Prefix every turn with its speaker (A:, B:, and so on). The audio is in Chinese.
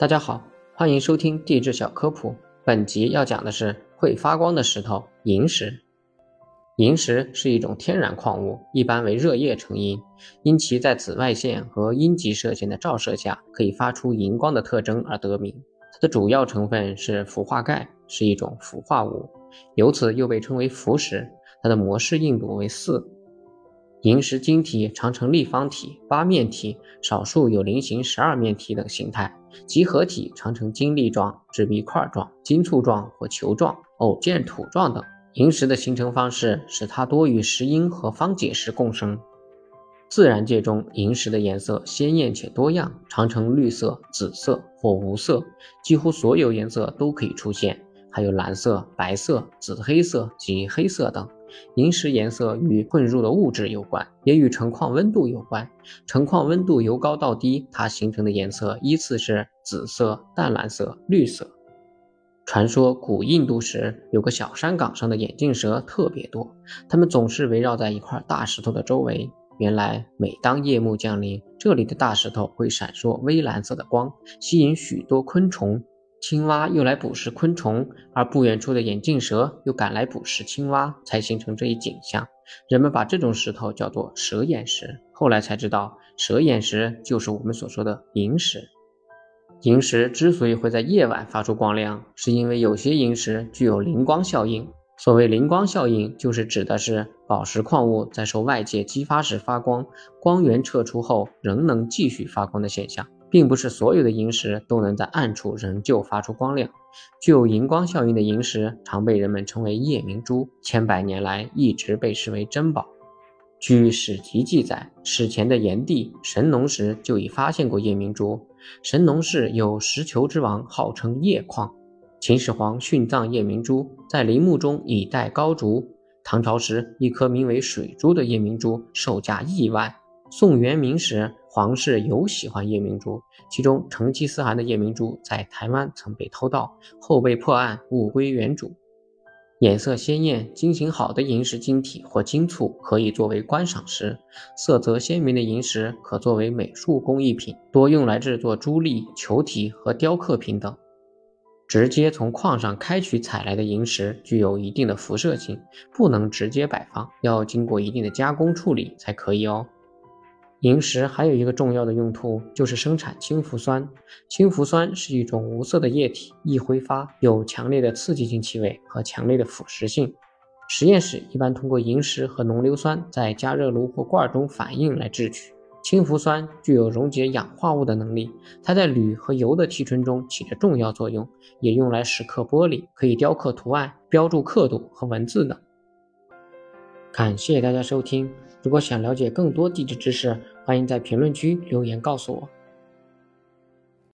A: 大家好，欢迎收听地质小科普。本集要讲的是会发光的石头——萤石。萤石是一种天然矿物，一般为热液成因，因其在紫外线和阴极射线的照射下可以发出荧光的特征而得名。它的主要成分是氟化钙，是一种氟化物，由此又被称为氟石。它的摩氏硬度为4。萤石晶体常呈立方体、八面体，少数有菱形12面体等形态。集合体常呈晶粒状、质壁块状、金簇状或球状、偶见土状等。萤石的形成方式使它多与石英和方解石共生。自然界中，萤石的颜色鲜艳且多样，常呈绿色、紫色或无色，几乎所有颜色都可以出现，还有蓝色、白色、紫黑色及黑色等。萤石颜色与混入的物质有关，也与成矿温度有关。成矿温度由高到低，它形成的颜色依次是紫色、淡蓝色、绿色。传说古印度时有个小山岗上的眼镜蛇特别多，它们总是围绕在一块大石头的周围。原来每当夜幕降临，这里的大石头会闪烁微蓝色的光，吸引许多昆虫。青蛙又来捕食昆虫，而不远处的眼镜蛇又赶来捕食青蛙，才形成这一景象。人们把这种石头叫做蛇眼石，后来才知道蛇眼石就是我们所说的萤石。萤石之所以会在夜晚发出光亮，是因为有些萤石具有灵光效应。所谓灵光效应，就是指的是宝石矿物在受外界激发时发光，光源撤出后仍能继续发光的现象，并不是所有的萤石都能在暗处仍旧发出光亮。具有荧光效应的萤石常被人们称为夜明珠，千百年来一直被视为珍宝。据史籍记载，史前的炎帝神农时就已发现过夜明珠。神农氏有石球之王，号称夜矿。秦始皇殉葬夜明珠，在陵墓中以待高烛。唐朝时，一颗名为水珠的夜明珠售价1万。宋元明时，皇室尤喜欢夜明珠，其中成吉思汗的夜明珠在台湾曾被偷盗，后被破案，物归原主。颜色鲜艳、晶型好的萤石晶体或晶簇可以作为观赏石，色泽鲜明的萤石可作为美术工艺品，多用来制作珠粒、球体和雕刻品等。直接从矿上开取采来的萤石具有一定的辐射性，不能直接摆放，要经过一定的加工处理才可以哦。萤石还有一个重要的用途，就是生产氢氟酸。氢氟酸是一种无色的液体，易挥发，有强烈的刺激性气味和强烈的腐蚀性。实验室一般通过萤石和浓硫酸在加热炉或罐中反应来制取。氢氟酸具有溶解氧化物的能力，它在铝和铀的提纯中起着重要作用，也用来蚀刻玻璃，可以雕刻图案、标注刻度和文字等。感谢大家收听，如果想了解更多地质知识，欢迎在评论区留言告诉我。